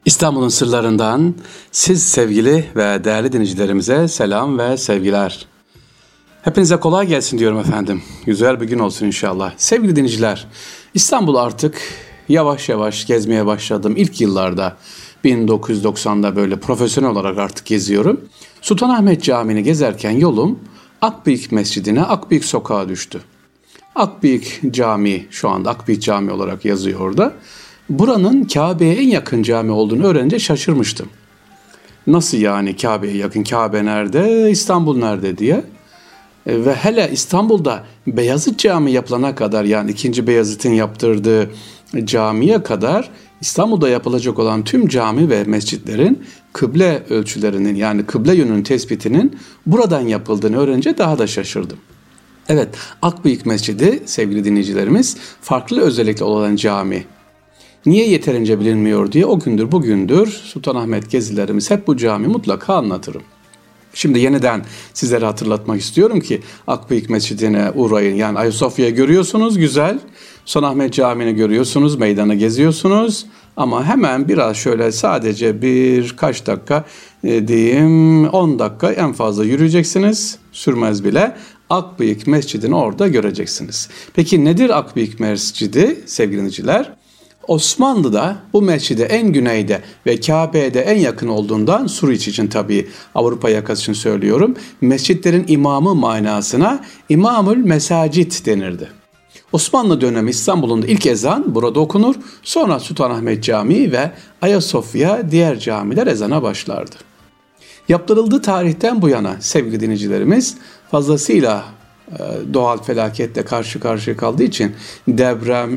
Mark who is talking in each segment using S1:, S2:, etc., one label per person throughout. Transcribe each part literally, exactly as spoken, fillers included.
S1: İstanbul'un sırlarından siz sevgili ve değerli dinleyicilerimize selam ve sevgiler. Hepinize kolay gelsin diyorum efendim. Güzel bir gün olsun inşallah. Sevgili dinleyiciler, İstanbul artık yavaş yavaş gezmeye başladım. İlk yıllarda bin dokuz yüz doksanda böyle profesyonel olarak artık geziyorum. Sultanahmet Camii'ni gezerken yolum Akbıyık Mescidi'ne, Akbıyık Sokağa düştü. Akbıyık Camii, şu anda Akbıyık Camii olarak yazıyor orada. Buranın Kabe'ye en yakın cami olduğunu öğrenince şaşırmıştım. Nasıl yani Kabe'ye yakın? Kabe nerede? İstanbul nerede diye. E, ve hele İstanbul'da Beyazıt Camii yapılana kadar, yani ikinci Beyazıt'ın yaptırdığı camiye kadar İstanbul'da yapılacak olan tüm cami ve mescitlerin kıble ölçülerinin, yani kıble yönünün tespitinin buradan yapıldığını öğrenince daha da şaşırdım. Evet, Akbıyık Mescidi sevgili dinleyicilerimiz farklı özellikle olan cami. Niye yeterince bilinmiyor diye o gündür bugündür Sultanahmet gezilerimiz hep bu cami mutlaka anlatırım. Şimdi yeniden sizlere hatırlatmak istiyorum ki Akbıyık Mescidi'ne uğrayın. Yani Ayasofya'yı görüyorsunuz, güzel. Sultanahmet Camii'ni görüyorsunuz, meydanı geziyorsunuz. Ama hemen biraz şöyle sadece birkaç dakika e, diyeyim on dakika en fazla yürüyeceksiniz. Sürmez bile. Akbıyık Mescidi'ni orada göreceksiniz. Peki nedir Akbıyık Mescidi sevgili dinleyiciler? Osmanlı'da bu mescide en güneyde ve Kabe'de en yakın olduğundan Suriç için tabii Avrupa yakası için söylüyorum. Mescitlerin imamı manasına İmamül Mesacit denirdi. Osmanlı dönemi İstanbul'un ilk ezan burada okunur. Sonra Sultanahmet Camii ve Ayasofya diğer camiler ezana başlardı. Yaptırıldığı tarihten bu yana sevgili dinleyicilerimiz fazlasıyla doğal felaketle karşı karşıya kaldığı için deprem,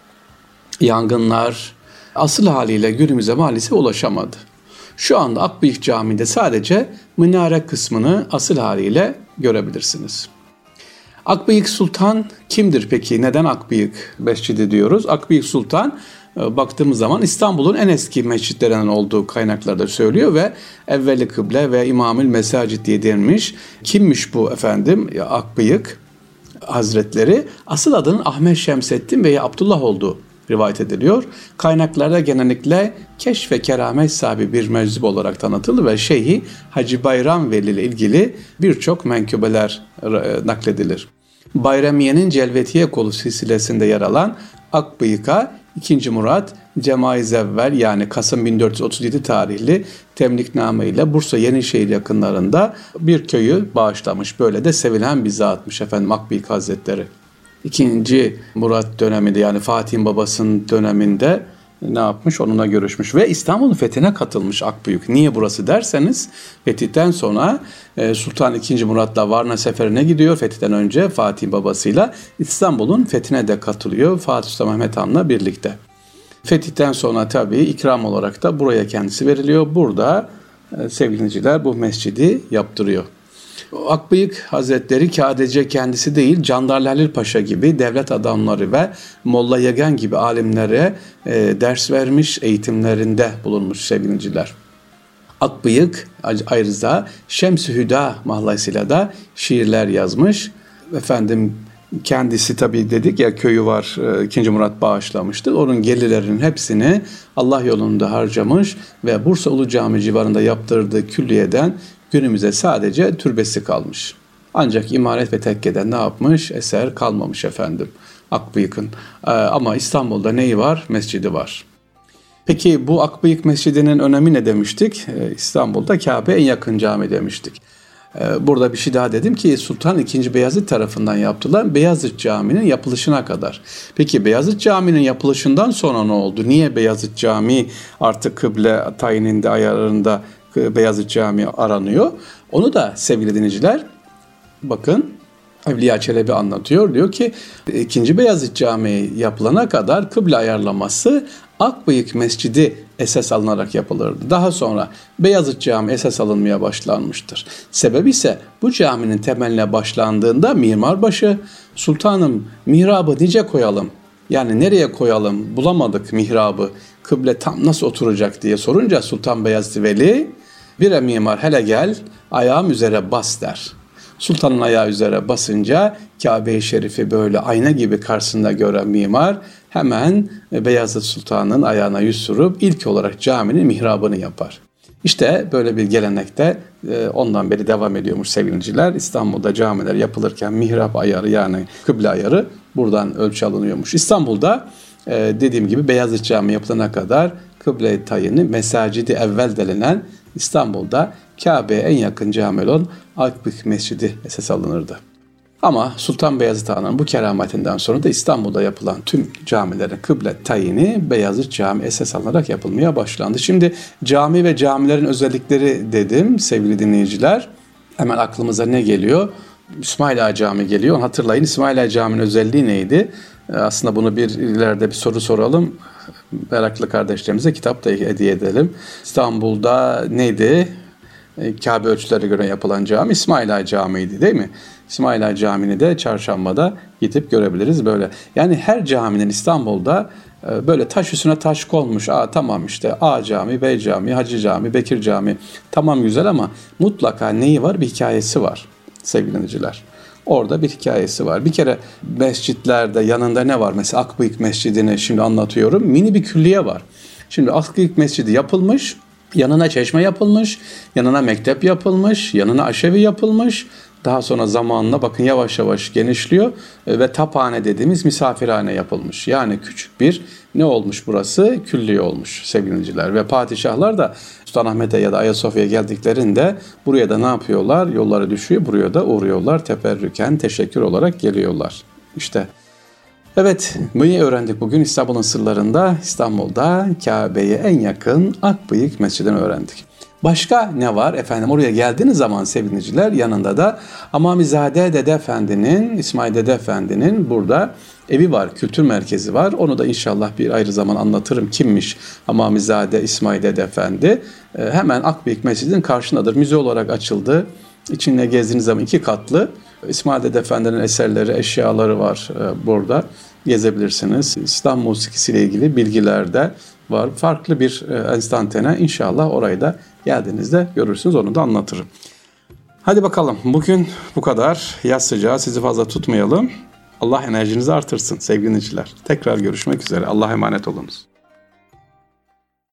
S1: yangınlar asıl haliyle günümüze maalesef ulaşamadı. Şu anda Akbıyık Camii'de sadece minare kısmını asıl haliyle görebilirsiniz. Akbıyık Sultan kimdir peki? Neden Akbıyık Mescidi diyoruz? Akbıyık Sultan baktığımız zaman İstanbul'un en eski mescitlerinden olduğu kaynaklarda söylüyor ve evveli kıble ve İmamül Mesacit diye denilmiş. Kimmiş bu efendim Akbıyık Hazretleri? Asıl adının Ahmet Şemseddin veya Abdullah olduğu rivayet ediliyor. Kaynaklarda genellikle keşf ve keramet sahibi bir meczup olarak tanıtılır ve Şeyhi Hacı Bayram Veli ile ilgili birçok menkıbeler nakledilir. Bayramiye'nin Celvetiye kolu silsilesinde yer alan Akbıyık'a ikinci. Murat Cemai Zevvel yani Kasım bin dört yüz otuz yedi tarihli temlikname ile Bursa Yenişehir yakınlarında bir köyü bağışlamış. Böyle de sevilen bir zatmış efendim Akbıyık Hazretleri. İkinci Murat döneminde yani Fatih'in babasının döneminde ne yapmış? Onunla görüşmüş ve İstanbul'un fethine katılmış Akbıyık. Niye burası derseniz fetihten sonra Sultan ikinci. Murat'la Varna seferine gidiyor. Fetihten önce Fatih'in babasıyla İstanbul'un fethine de katılıyor Fatih Sultan Mehmet Han'la birlikte. Fetihten sonra tabii ikram olarak da buraya kendisi veriliyor. Burada sevgili dinleyiciler bu mescidi yaptırıyor. Akbıyık Hazretleri sadece kendisi değil, Candarlı Halil Paşa gibi devlet adamları ve Molla Yagan gibi alimlere e, ders vermiş, eğitimlerinde bulunmuş sevgiliciler. Akbıyık ayrıca Şems-i Hüda mahlasıyla da şiirler yazmış. Efendim kendisi tabii dedik ya köyü var ikinci. Murat bağışlamıştı. Onun gelirlerinin hepsini Allah yolunda harcamış ve Bursa Ulu Cami civarında yaptırdığı külliyeden günümüze sadece türbesi kalmış. Ancak imaret ve tekkeden ne yapmış? Eser kalmamış efendim Akbıyık'ın. Ee, ama İstanbul'da neyi var? Mescidi var. Peki bu Akbıyık Mescidi'nin önemi ne demiştik? Ee, İstanbul'da Kabe en yakın cami demiştik. Ee, burada bir şey daha dedim ki Sultan ikinci. Beyazıt tarafından yapılan Beyazıt Camii'nin yapılışına kadar. Peki Beyazıt Camii'nin yapılışından sonra ne oldu? Niye Beyazıt Camii artık kıble tayininde ayarlarında Beyazıt Camii aranıyor? Onu da sevgili dinleyiciler bakın Evliya Çelebi anlatıyor. Diyor ki ikinci. Beyazıt Camii yapılana kadar kıble ayarlaması Akbıyık Mescidi esas alınarak yapılırdı. Daha sonra Beyazıt Camii esas alınmaya başlanmıştır. Sebebi ise bu caminin temeline başlandığında mimarbaşı sultanım mihrabı nice koyalım? Yani nereye koyalım? Bulamadık mihrabı. Kıble tam nasıl oturacak diye sorunca Sultan Beyazıt Veli bir mimar hele gel ayağım üzere bas der. Sultanın ayağı üzere basınca Kabe-i Şerif'i böyle ayna gibi karşısında gören mimar hemen Beyazıt Sultan'ın ayağına yüz sürüp ilk olarak caminin mihrabını yapar. İşte böyle bir gelenekte ondan beri devam ediyormuş sevgiliciler. İstanbul'da camiler yapılırken mihrap ayarı yani kıble ayarı buradan ölçü alınıyormuş. İstanbul'da dediğim gibi Beyazıt Camii yapılana kadar kıble tayini Mesacidi Evvel denilen İstanbul'da Kabe'ye en yakın cami olan Akbük Mescidi esas alınırdı. Ama Sultan Beyazıt Han'ın bu kerametinden sonra da İstanbul'da yapılan tüm camilerin kıble tayini Beyazıt Camii esas alınarak yapılmaya başlandı. Şimdi cami ve camilerin özellikleri dedim sevgili dinleyiciler. Hemen aklımıza ne geliyor? İsmaila Camii geliyor. Hatırlayın, İsmaila Camii'nin özelliği neydi? Aslında bunu bir ileride bir soru soralım. Meraklı kardeşlerimize kitap da hediye edelim. İstanbul'da neydi? Kabe ölçülerine göre yapılan cami İsmaila Camii'ydi değil mi? İsmaila Camii'ni de çarşambada gidip görebiliriz böyle. Yani her caminin İstanbul'da böyle taş üstüne taş konmuş. Aa tamam işte A Cami, B Cami, Hacı Cami, Bekir Cami. Tamam güzel ama mutlaka neyi var? Bir hikayesi var sevgili dinleyiciler. Orada bir hikayesi var. Bir kere mescitlerde yanında ne var? Mesela Akbıyık Mescidi'ni şimdi anlatıyorum. Mini bir külliye var. Şimdi Akbıyık Mescidi yapılmış. Yanına çeşme yapılmış. Yanına mektep yapılmış. Yanına aşevi yapılmış. Daha sonra zamanla bakın yavaş yavaş genişliyor ve taphane dediğimiz misafirhane yapılmış. Yani küçük bir ne olmuş burası? Külliye olmuş sevgili dinleyiciler. Ve padişahlar da Sultanahmet'e ya da Ayasofya'ya geldiklerinde buraya da ne yapıyorlar? Yolları düşüyor, buraya da uğruyorlar. Teberrüken, teşekkür olarak geliyorlar. İşte evet, bunu öğrendik bugün İstanbul'un sırlarında. İstanbul'da Kabe'ye en yakın Akbıyık Mescidi'ni öğrendik. Başka ne var efendim? Oraya geldiğiniz zaman sevgiliciler yanında da Amamizade Dede Efendi'nin, İsmail Dede Efendi'nin burada evi var, kültür merkezi var. Onu da inşallah bir ayrı zaman anlatırım. Kimmiş Amamizade İsmail Dede Efendi? Ee, hemen Akbıyık Mescidi'nin karşındadır. Müze olarak açıldı. İçinde gezdiğiniz zaman iki katlı. İsmail Dede Efendi'nin eserleri, eşyaları var e, burada. Gezebilirsiniz. İslam musikisiyle ilgili bilgiler de var. Farklı bir e, enstantane. İnşallah orayı da geldiğinizde görürsünüz. Onu da anlatırım. Hadi bakalım. Bugün bu kadar. Yaz sıcağı. Sizi fazla tutmayalım. Allah enerjinizi artırsın sevgili dinleyiciler. Tekrar görüşmek üzere. Allah'a emanet olunuz.